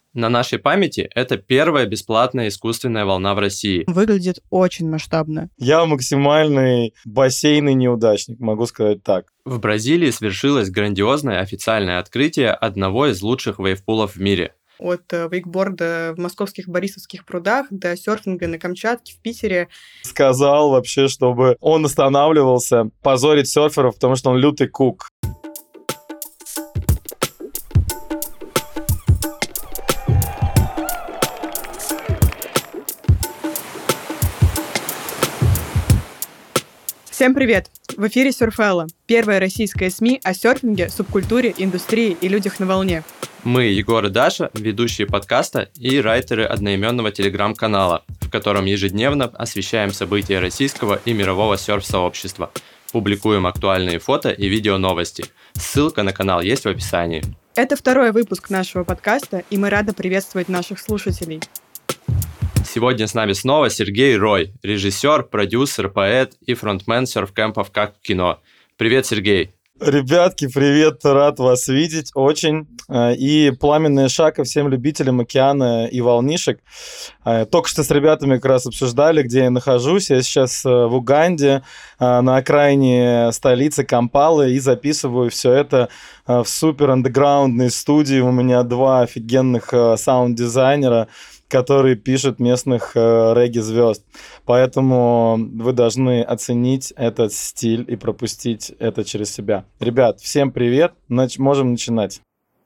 На нашей памяти это первая бесплатная искусственная волна в России. Выглядит очень масштабно. Я максимальный бассейный неудачник, могу сказать так. В Бразилии свершилось грандиозное официальное открытие одного из лучших вейвпулов в мире. От вейкборда в московских Борисовских прудах до серфинга на Камчатке, в Питере. Сказал вообще, чтобы он останавливался, позорить серферов, потому что он лютый кук. Всем привет! В эфире Surfella, первая российская СМИ о серфинге, субкультуре, индустрии и людях на волне. Мы, Егор и Даша, ведущие подкаста и райтеры одноименного телеграм-канала, в котором ежедневно освещаем события российского и мирового серф-сообщества. Публикуем актуальные фото и видео новости. Ссылка на канал есть в описании. Это второй выпуск нашего подкаста, и мы рады приветствовать наших слушателей. Сегодня с нами снова Сергей Рой, режиссер, продюсер, поэт и фронтмен серф-кэмпов «Как в кино». Привет, Сергей! Ребятки, привет, рад вас видеть очень. И пламенная шага всем любителям океана и волнишек. Только что с ребятами как раз обсуждали, где я нахожусь. Я сейчас в Уганде, на окраине столицы Кампалы, и записываю все это в супер андеграундной студии. У меня два офигенных саунд-дизайнера, которые пишут местных регги-звезд. Поэтому вы должны оценить этот стиль и пропустить это через себя. Ребят, всем привет, можем начинать.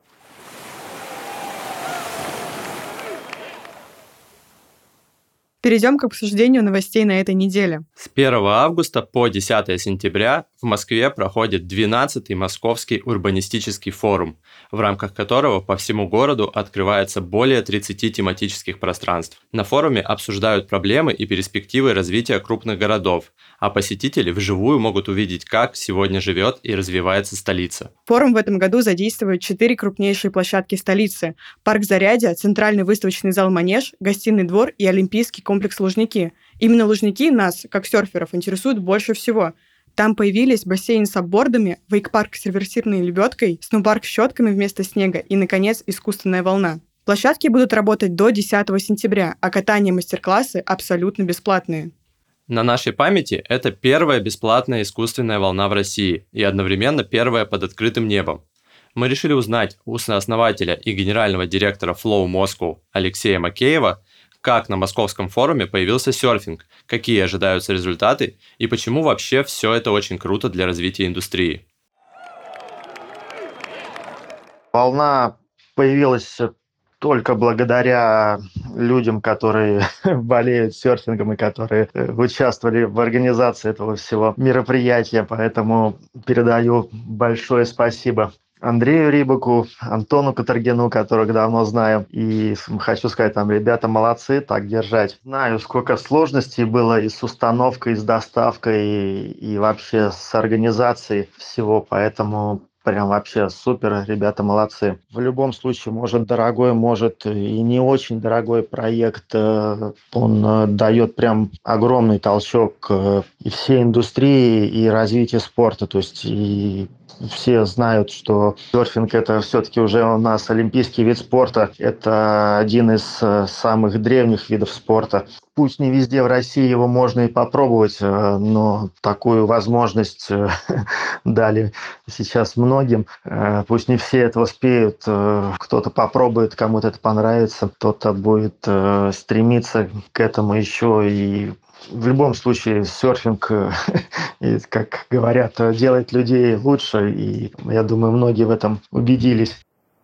Перейдем к обсуждению новостей на этой неделе. С 1 августа по 10 сентября в Москве проходит 12-й Московский урбанистический форум, в рамках которого по всему городу открывается более 30 тематических пространств. На форуме обсуждают проблемы и перспективы развития крупных городов, а посетители вживую могут увидеть, как сегодня живет и развивается столица. Форум в этом году задействует 4 крупнейшие площадки столицы: парк Зарядье, центральный выставочный зал Манеж, гостиный двор и олимпийский комплекс Лужники. Именно Лужники нас, как серферов, интересуют больше всего. Там появились бассейн с саббордами, вейк-парк с реверсивной лебедкой, сноупарк с щетками вместо снега и, наконец, искусственная волна. Площадки будут работать до 10 сентября, а катание и мастер-классы абсолютно бесплатные. На нашей памяти это первая бесплатная искусственная волна в России и одновременно первая под открытым небом. Мы решили узнать у сооснователя и генерального директора Flow Moscow Алексея Макеева, как на московском форуме появился серфинг, какие ожидаются результаты и почему вообще все это очень круто для развития индустрии. Волна появилась только благодаря людям, которые болеют серфингом и которые участвовали в организации этого всего мероприятия, поэтому передаю большое спасибо Андрею Рибаку, Антону Катаргину, которых давно знаю. И хочу сказать, там, ребята молодцы, так держать. Знаю, сколько сложностей было и с установкой, и с доставкой, и вообще с организацией всего, поэтому прям вообще супер, ребята молодцы. В любом случае, может дорогой, может и не очень дорогой проект, он дает прям огромный толчок и всей индустрии, и развитию спорта. То есть и все знают, что серфинг – это все-таки уже у нас олимпийский вид спорта. Это один из самых древних видов спорта. Пусть не везде в России его можно и попробовать, но такую возможность дали сейчас многим. Пусть не все это успеют. Кто-то попробует, кому-то это понравится, кто-то будет стремиться к этому еще и в любом случае серфинг, как говорят, делает людей лучше, и я думаю, многие в этом убедились.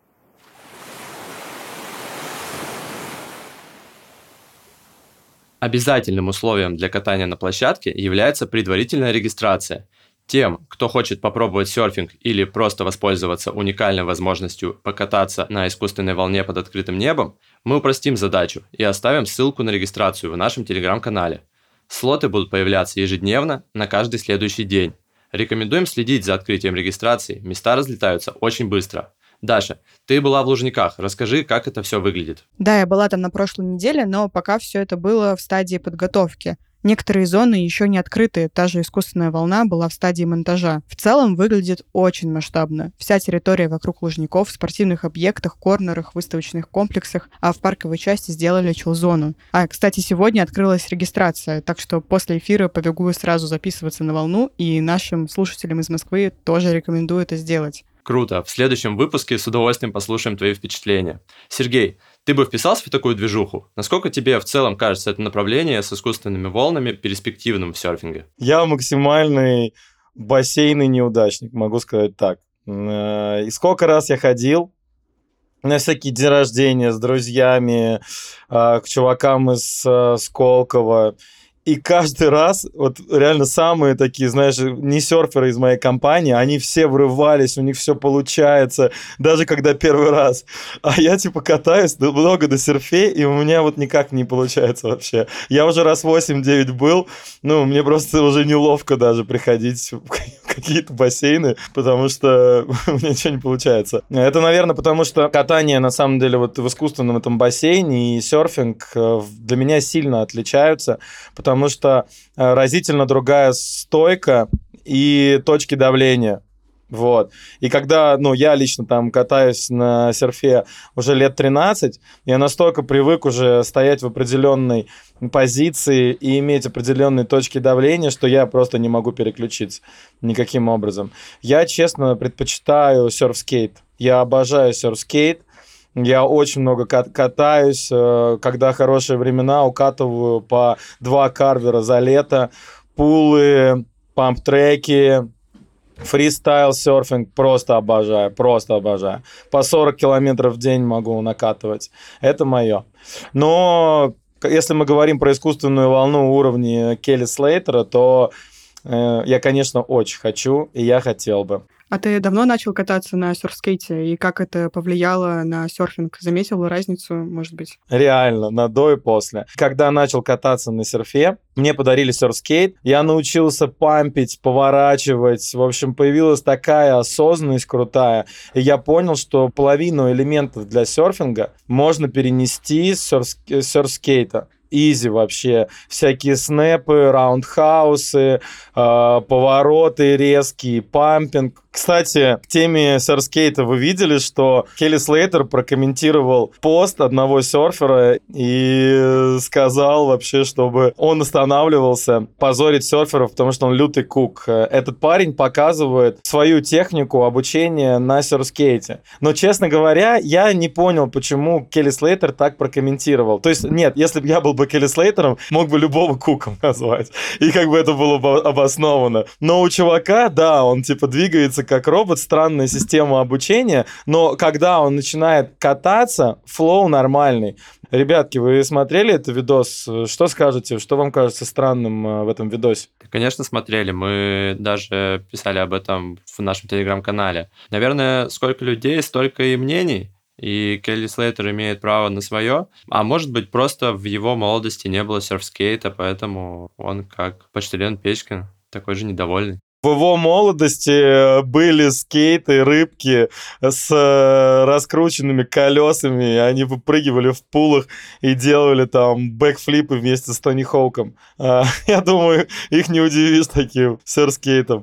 Обязательным условием для катания на площадке является предварительная регистрация. Тем, кто хочет попробовать серфинг или просто воспользоваться уникальной возможностью покататься на искусственной волне под открытым небом, мы упростим задачу и оставим ссылку на регистрацию в нашем телеграм-канале. Слоты будут появляться ежедневно на каждый следующий день. Рекомендуем следить за открытием регистрации, места разлетаются очень быстро. Даша, ты была в Лужниках, расскажи, как это все выглядит. Да, я была там на прошлой неделе, но пока все это было в стадии подготовки. Некоторые зоны еще не открыты, та же искусственная волна была в стадии монтажа. В целом выглядит очень масштабно. Вся территория вокруг Лужников, в спортивных объектах, корнерах, выставочных комплексах, а в парковой части сделали чилл-зону. Кстати, сегодня открылась регистрация, так что после эфира побегу сразу записываться на волну, и нашим слушателям из Москвы тоже рекомендую это сделать. Круто. В следующем выпуске с удовольствием послушаем твои впечатления. Сергей, ты бы вписался в такую движуху? Насколько тебе в целом кажется это направление с искусственными волнами перспективным в серфинге? Я максимальный бассейный неудачник, могу сказать так. И сколько раз я ходил на всякие дни рождения с друзьями, к чувакам из Сколково. И каждый раз, вот реально самые такие, знаешь, не серферы из моей компании, они все врывались, у них все получается, даже когда первый раз. А я типа катаюсь много на серфе, и у меня вот никак не получается вообще. Я уже раз 8-9 был, мне просто уже неловко даже приходить в какие-то бассейны, потому что у меня ничего не получается. Это, наверное, потому что катание, на самом деле, вот в искусственном этом бассейне и серфинг для меня сильно отличаются, потому что разительно другая стойка и точки давления. Вот. И когда, я лично там катаюсь на серфе уже лет 13, я настолько привык уже стоять в определенной позиции и иметь определенные точки давления, что я просто не могу переключиться никаким образом. Я, честно, предпочитаю серф-скейт. Я обожаю серф-скейт. Я очень много катаюсь, когда хорошие времена, укатываю по 2 карвера за лето, пулы, памп-треки, фристайл-серфинг просто обожаю. По 40 километров в день могу накатывать. Это мое. Но если мы говорим про искусственную волну уровня Келли Слейтера, то я, конечно, очень хочу, и я хотел бы. А ты давно начал кататься на серфскейте? И как это повлияло на серфинг? Заметил разницу, может быть? Реально, на до и после. Когда начал кататься на серфе, мне подарили серфскейт. Я научился пампить, поворачивать. В общем, появилась такая осознанность крутая. И я понял, что половину элементов для серфинга можно перенести с серфскейта. Изи вообще. Всякие снэпы, раундхаусы, повороты резкие, пампинг. Кстати, к теме серфскейта вы видели, что Келли Слейтер прокомментировал пост одного серфера и сказал вообще, чтобы он останавливался позорить серферов, потому что он лютый кук. Этот парень показывает свою технику обучения на серфскейте. Но, честно говоря, я не понял, почему Келли Слейтер так прокомментировал. То есть, нет, если бы я был бы Келли Слейтером, мог бы любого куком назвать. И как бы это было бы обосновано. Но у чувака, да, он типа двигается как робот, странная система обучения, но когда он начинает кататься, флоу нормальный. Ребятки, вы смотрели этот видос? Что скажете? Что вам кажется странным в этом видосе? Конечно, смотрели. Мы даже писали об этом в нашем телеграм-канале. Наверное, сколько людей, столько и мнений. И Келли Слейтер имеет право на свое. А может быть, просто в его молодости не было серфскейта, поэтому он как почтальон Печкин, такой же недовольный. В его молодости были скейты, рыбки с раскрученными колесами. Они выпрыгивали в пулах и делали там бэкфлипы вместе с Тони Хоуком. Я думаю, их не удивишь таким серфскейтом.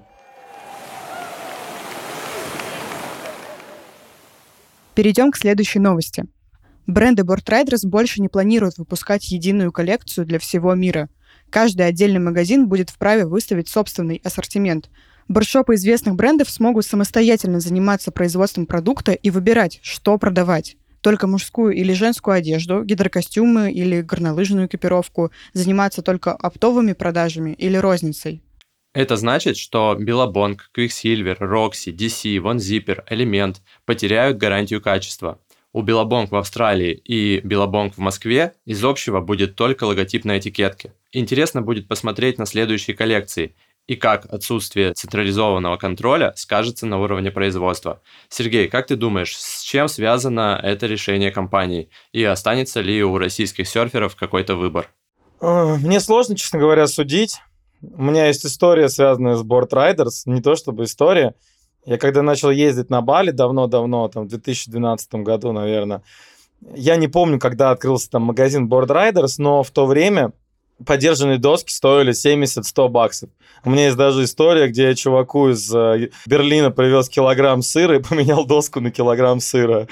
Перейдем к следующей новости. Бренды Boardriders больше не планируют выпускать единую коллекцию для всего мира. Каждый отдельный магазин будет вправе выставить собственный ассортимент. Бордшопы известных брендов смогут самостоятельно заниматься производством продукта и выбирать, что продавать. Только мужскую или женскую одежду, гидрокостюмы или горнолыжную экипировку, заниматься только оптовыми продажами или розницей. Это значит, что Billabong, Quicksilver, Roxy, DC, Von Zipper, Element потеряют гарантию качества. У Billabong в Австралии и Billabong в Москве из общего будет только логотип на этикетке. Интересно будет посмотреть на следующие коллекции и как отсутствие централизованного контроля скажется на уровне производства. Сергей, как ты думаешь, с чем связано это решение компании? И останется ли у российских серферов какой-то выбор? Мне сложно, честно говоря, судить. У меня есть история, связанная с Boardriders. Не то чтобы история. Я когда начал ездить на Бали давно-давно, там в 2012 году, наверное, я не помню, когда открылся там магазин Boardriders, но в то время подержанные доски стоили 70-100 баксов. У меня есть даже история, где я чуваку из Берлина привез килограмм сыра и поменял доску на килограмм сыра.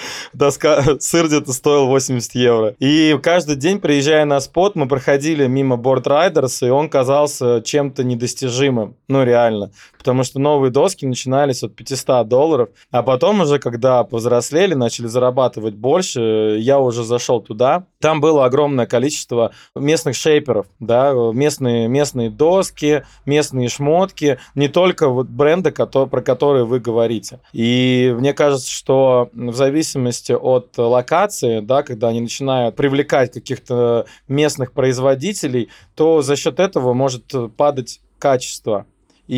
Сыр где-то стоил 80 евро. И каждый день, приезжая на спот, мы проходили мимо Board Riders, и он казался чем-то недостижимым. Ну, реально. Потому что новые доски начинались от $500. А потом уже, когда повзрослели, начали зарабатывать больше, я уже зашел туда. Там было огромное количество местных шейперов, да, местные доски, местные шмотки, не только вот бренды, про которые вы говорите. И мне кажется, что в зависимости от локации, да, когда они начинают привлекать каких-то местных производителей, то за счет этого может падать качество.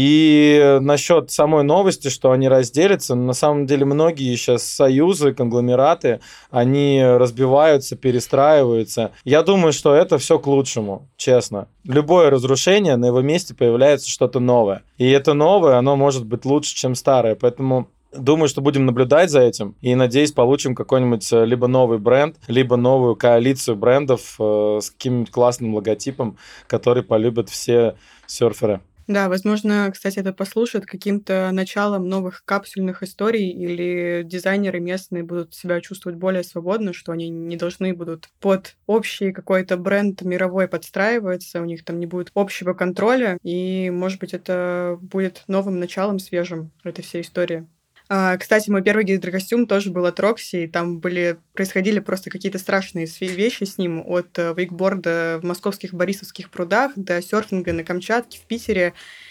И насчет самой новости, что они разделятся, на самом деле многие сейчас союзы, конгломераты, они разбиваются, перестраиваются. Я думаю, что это все к лучшему, честно. Любое разрушение, на его месте появляется что-то новое. И это новое, оно может быть лучше, чем старое. Поэтому думаю, что будем наблюдать за этим. И, надеюсь, получим какой-нибудь либо новый бренд, либо новую коалицию брендов с каким-нибудь классным логотипом, который полюбят все серферы. Да, возможно, кстати, это послужит каким-то началом новых капсульных историй, или дизайнеры местные будут себя чувствовать более свободно, что они не должны будут под общий какой-то бренд мировой подстраиваться, у них там не будет общего контроля, и, может быть, это будет новым началом свежим этой всей истории. Кстати, мой первый гидрокостюм тоже был от Рокси, и там происходили просто какие-то страшные вещи с ним, от вейкборда в московских Борисовских прудах до серфинга на Камчатке, в Питере.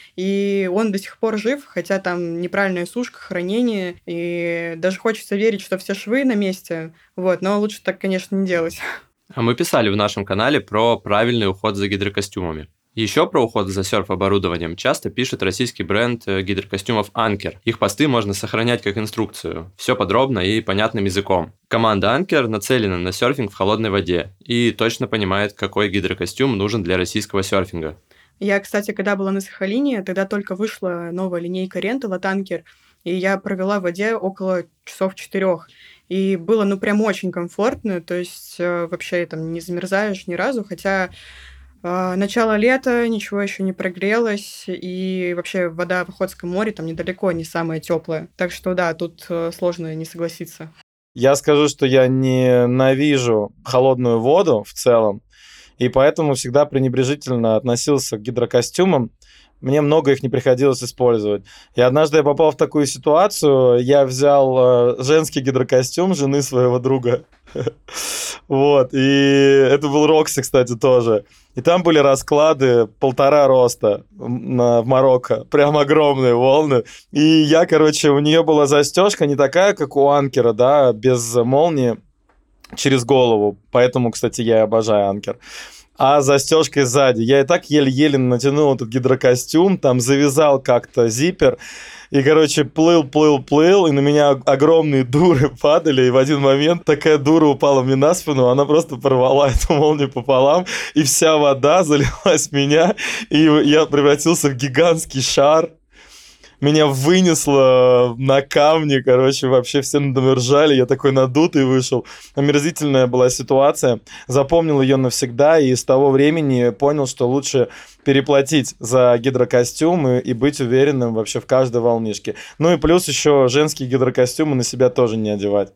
И он до сих пор жив, хотя там неправильная сушка, хранение, и даже хочется верить, что все швы на месте, вот, но лучше так, конечно, не делать. А мы писали в нашем канале про правильный уход за гидрокостюмами. Еще про уход за серф-оборудованием часто пишет российский бренд гидрокостюмов Anker. Их посты можно сохранять как инструкцию. Все подробно и понятным языком. Команда Anker нацелена на серфинг в холодной воде и точно понимает, какой гидрокостюм нужен для российского серфинга. Я, кстати, когда была на Сахалине, тогда только вышла новая линейка Rental от Anker, и я провела в воде около 4 часов. И было, прям очень комфортно, то есть вообще там не замерзаешь ни разу, хотя начало лета, ничего еще не прогрелось, и вообще вода в Охотском море там недалеко не самая теплая. Так что да, тут сложно не согласиться. Я скажу, что я ненавижу холодную воду в целом, и поэтому всегда пренебрежительно относился к гидрокостюмам. Мне много их не приходилось использовать. И однажды я попал в такую ситуацию, я взял женский гидрокостюм жены своего друга. Вот, и это был Рокси, кстати, тоже. И там были расклады 1,5 роста в Марокко. Прям огромные волны. И я, у нее была застежка не такая, как у Анкера, да, без молнии через голову. Поэтому, кстати, я обожаю Анкер. А застежкой сзади. Я и так еле-еле натянул этот гидрокостюм, там завязал как-то зиппер. И, плыл, и на меня огромные дуры падали, и в один момент такая дура упала мне на спину, она просто порвала эту молнию пополам, и вся вода залилась в меня, и я превратился в гигантский шар. Меня вынесло на камни, вообще все надо мной ржали, я такой надутый вышел. Омерзительная была ситуация, запомнил ее навсегда, и с того времени понял, что лучше переплатить за гидрокостюм и быть уверенным вообще в каждой волнишке. Ну и плюс еще женские гидрокостюмы на себя тоже не одевать.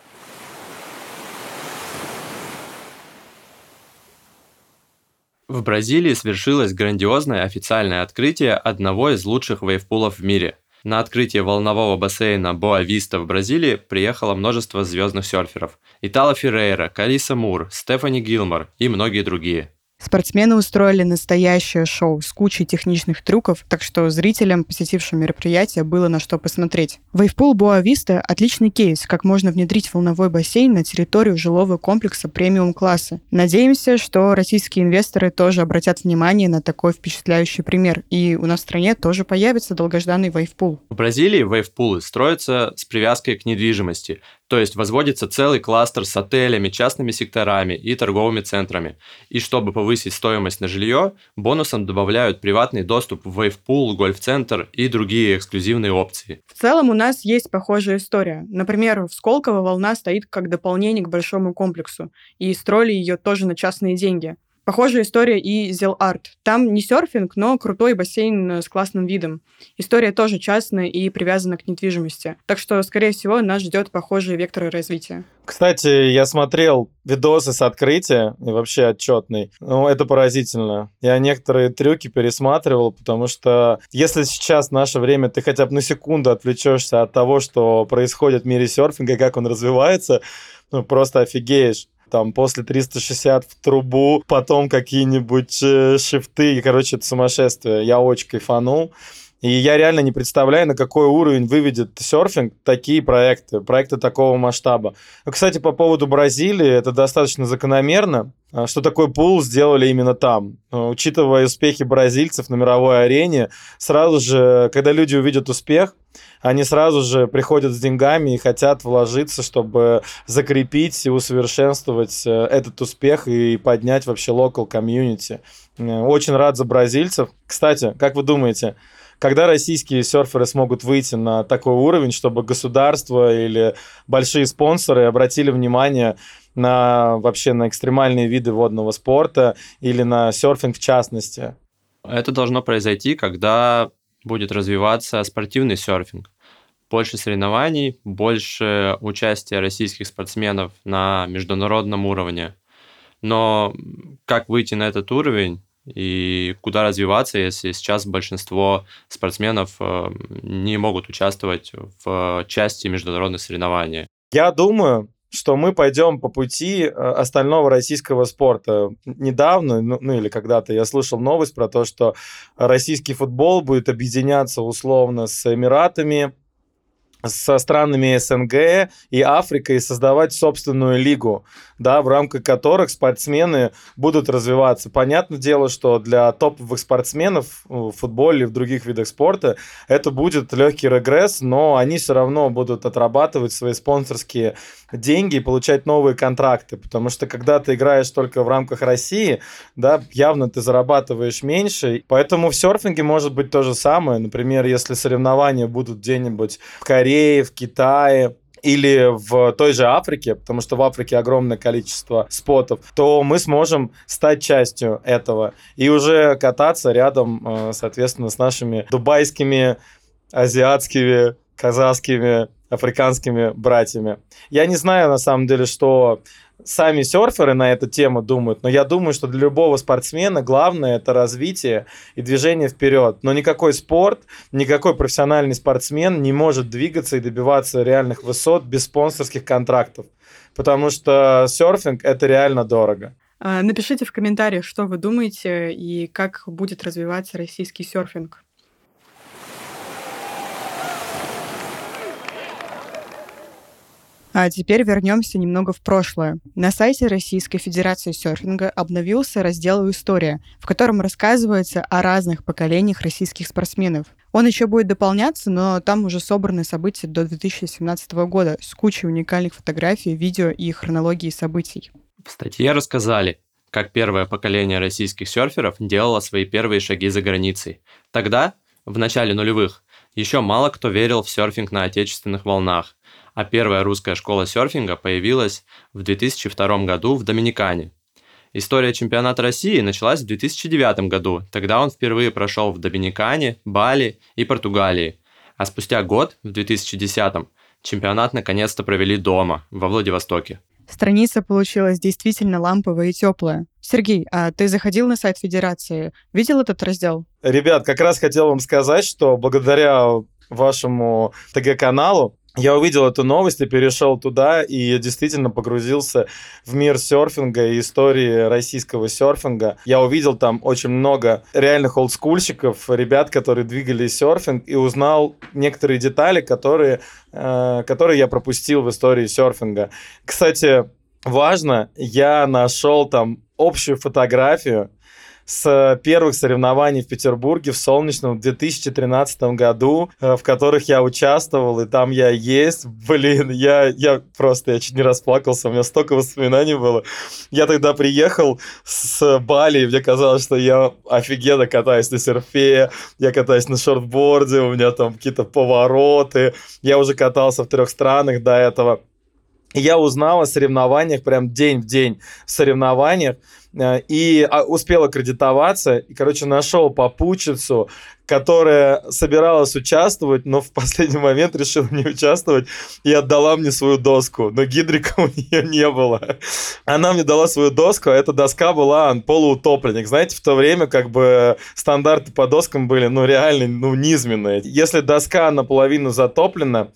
В Бразилии свершилось грандиозное официальное открытие одного из лучших вейвпулов в мире. На открытие волнового бассейна Боа-Виста в Бразилии приехало множество звездных серферов. Итало Феррейра, Калиса Мур, Стефани Гилмор и многие другие. Спортсмены устроили настоящее шоу с кучей техничных трюков, так что зрителям, посетившим мероприятие, было на что посмотреть. Вейвпул Боа-Виста – отличный кейс, как можно внедрить волновой бассейн на территорию жилого комплекса премиум-класса. Надеемся, что российские инвесторы тоже обратят внимание на такой впечатляющий пример, и у нас в стране тоже появится долгожданный вейвпул. В Бразилии вейвпулы строятся с привязкой к недвижимости, то есть возводится целый кластер с отелями, частными секторами и торговыми центрами. И чтобы повысить стоимость на жилье, бонусом добавляют приватный доступ в вейвпул, гольф-центр и другие эксклюзивные опции. В целом у нас есть похожая история. Например, в Сколково волна стоит как дополнение к большому комплексу, и строили ее тоже на частные деньги. Похожая история и Зел-Арт. Там не серфинг, но крутой бассейн с классным видом. История тоже частная и привязана к недвижимости. Так что, скорее всего, нас ждет похожие векторы развития. Кстати, я смотрел видосы с открытия, и вообще отчетный. Ну, это поразительно. Я некоторые трюки пересматривал, потому что если сейчас в наше время ты хотя бы на секунду отвлечешься от того, что происходит в мире серфинга и как он развивается, ну, просто офигеешь. Там после 360 в трубу, потом какие-нибудь шифты. Короче, это сумасшествие. Я очень кайфанул. И я реально не представляю, на какой уровень выведет серфинг такие проекты такого масштаба. Ну, кстати, по поводу Бразилии, это достаточно закономерно, что такой пул сделали именно там. Учитывая успехи бразильцев на мировой арене, сразу же, когда люди увидят успех, они сразу же приходят с деньгами и хотят вложиться, чтобы закрепить и усовершенствовать этот успех и поднять вообще local community. Очень рад за бразильцев. Кстати, как вы думаете, когда российские серферы смогут выйти на такой уровень, чтобы государство или большие спонсоры обратили внимание на экстремальные виды водного спорта или на серфинг в частности? Это должно произойти, когда будет развиваться спортивный серфинг. Больше соревнований, больше участия российских спортсменов на международном уровне. Но как выйти на этот уровень и куда развиваться, если сейчас большинство спортсменов не могут участвовать в части международных соревнований? Я думаю, что мы пойдем по пути остального российского спорта. Недавно, или когда-то я слышал новость про то, что российский футбол будет объединяться условно с Эмиратами, со странами СНГ и Африкой и создавать собственную лигу, да, в рамках которых спортсмены будут развиваться. Понятное дело, что для топовых спортсменов в футболе и в других видах спорта это будет легкий регресс, но они все равно будут отрабатывать свои спонсорские деньги и получать новые контракты, потому что когда ты играешь только в рамках России, да, явно ты зарабатываешь меньше, поэтому в серфинге может быть то же самое. Например, если соревнования будут где-нибудь в Корее, в Китае или в той же Африке, потому что в Африке огромное количество спотов, то мы сможем стать частью этого и уже кататься рядом, соответственно, с нашими дубайскими, азиатскими, казахскими, африканскими братьями. Я не знаю, на самом деле, что сами серферы на эту тему думают, но я думаю, что для любого спортсмена главное – это развитие и движение вперед. Но никакой спорт, никакой профессиональный спортсмен не может двигаться и добиваться реальных высот без спонсорских контрактов, потому что серфинг – это реально дорого. Напишите в комментариях, что вы думаете и как будет развиваться российский серфинг. А теперь вернемся немного в прошлое. На сайте Российской Федерации серфинга обновился раздел «История», в котором рассказывается о разных поколениях российских спортсменов. Он еще будет дополняться, но там уже собраны события до 2017 года с кучей уникальных фотографий, видео и хронологии событий. В статье рассказали, как первое поколение российских серферов делало свои первые шаги за границей. Тогда, в начале нулевых, еще мало кто верил в серфинг на отечественных волнах, а первая русская школа серфинга появилась в 2002 году в Доминикане. История чемпионата России началась в 2009 году, тогда он впервые прошел в Доминикане, Бали и Португалии, а спустя год, в 2010, чемпионат наконец-то провели дома, во Владивостоке. Страница получилась действительно ламповая и теплая. Сергей, а ты заходил на сайт Федерации? Видел этот раздел? Ребят, как раз хотел вам сказать, что благодаря вашему ТГ-каналу я увидел эту новость и перешел туда, и действительно погрузился в мир серфинга и истории российского серфинга. Я увидел там очень много реальных олдскульщиков, ребят, которые двигали серфинг, и узнал некоторые детали, которые я пропустил в истории серфинга. Кстати, важно, я нашел там общую фотографию с первых соревнований в Петербурге в солнечном в 2013 году, в которых я участвовал, и там я есть. Блин, я чуть не расплакался, у меня столько воспоминаний было. Я тогда приехал с Бали, и мне казалось, что я офигенно катаюсь на серфе, я катаюсь на шортборде, у меня там какие-то повороты. Я уже катался в 3 странах до этого. И я узнал о соревнованиях прям день в день в соревнованиях и успел аккредитоваться. И, короче, нашел попутчицу, которая собиралась участвовать, но в последний момент решила не участвовать и отдала мне свою доску. Но гидрика у нее не было. Она мне дала свою доску, а эта доска была полуутопленник. Знаете, в то время как бы стандарты по доскам были, реально, низменные. Если доска наполовину затоплена,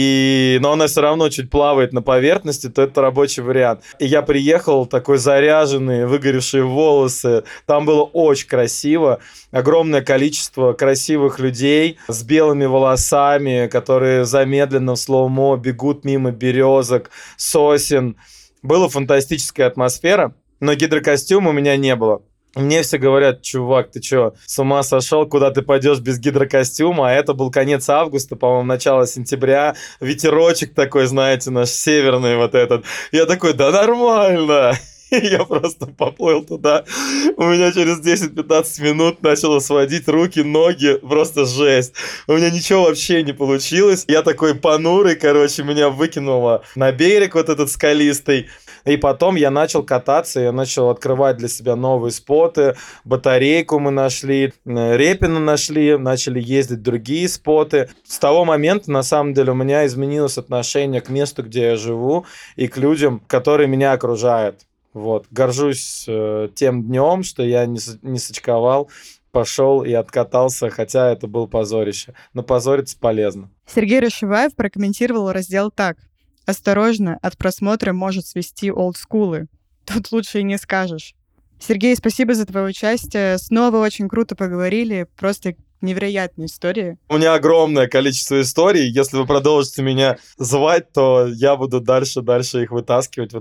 но она все равно чуть плавает на поверхности, то это рабочий вариант. И я приехал такой заряженный, выгоревшие волосы. Там было очень красиво. Огромное количество красивых людей с белыми волосами, которые замедленно в слоумо бегут мимо березок, сосен. Была фантастическая атмосфера, но гидрокостюма у меня не было. Мне все говорят: чувак, ты что, с ума сошел, куда ты пойдешь без гидрокостюма? А это был конец августа, по-моему, начало сентября, ветерочек такой, знаете, наш северный вот этот. Я такой: да нормально. Я просто поплыл туда. У меня через 10-15 минут начало сводить руки, ноги. Просто жесть. У меня ничего вообще не получилось. Я такой понурый, меня выкинуло на берег вот этот скалистый. И потом я начал кататься, я начал открывать для себя новые споты. Батарейку мы нашли, Репина нашли, начали ездить в другие споты. С того момента, на самом деле, у меня изменилось отношение к месту, где я живу, и к людям, которые меня окружают. Вот. Горжусь тем днем, что я не сочковал, пошел и откатался, хотя это было позорище. Но позориться полезно. Сергей Рашиваев прокомментировал раздел так: «Осторожно, от просмотра может свести олдскулы. Тут лучше и не скажешь». Сергей, спасибо за твое участие. Снова очень круто поговорили. Просто невероятные истории. У меня огромное количество историй. Если вы продолжите меня звать, то я буду дальше их вытаскивать.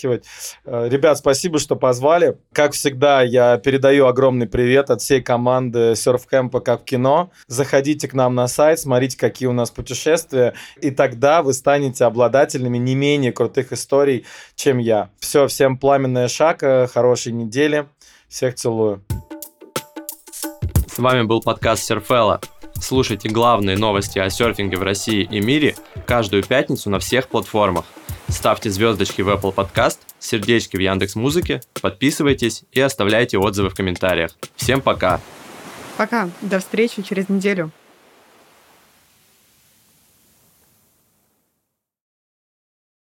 Ребят, спасибо, что позвали. Как всегда, я передаю огромный привет от всей команды серф-кэмпа «Как в кино». Заходите к нам на сайт, смотрите, какие у нас путешествия, и тогда вы станете обладателями не менее крутых историй, чем я. Все, всем пламенная шака, хорошей недели. Всех целую. С вами был подкаст Серфелла. Слушайте главные новости о серфинге в России и мире каждую пятницу на всех платформах. Ставьте звездочки в Apple Podcast, сердечки в Яндекс.Музыке, подписывайтесь и оставляйте отзывы в комментариях. Всем пока! Пока, до встречи через неделю.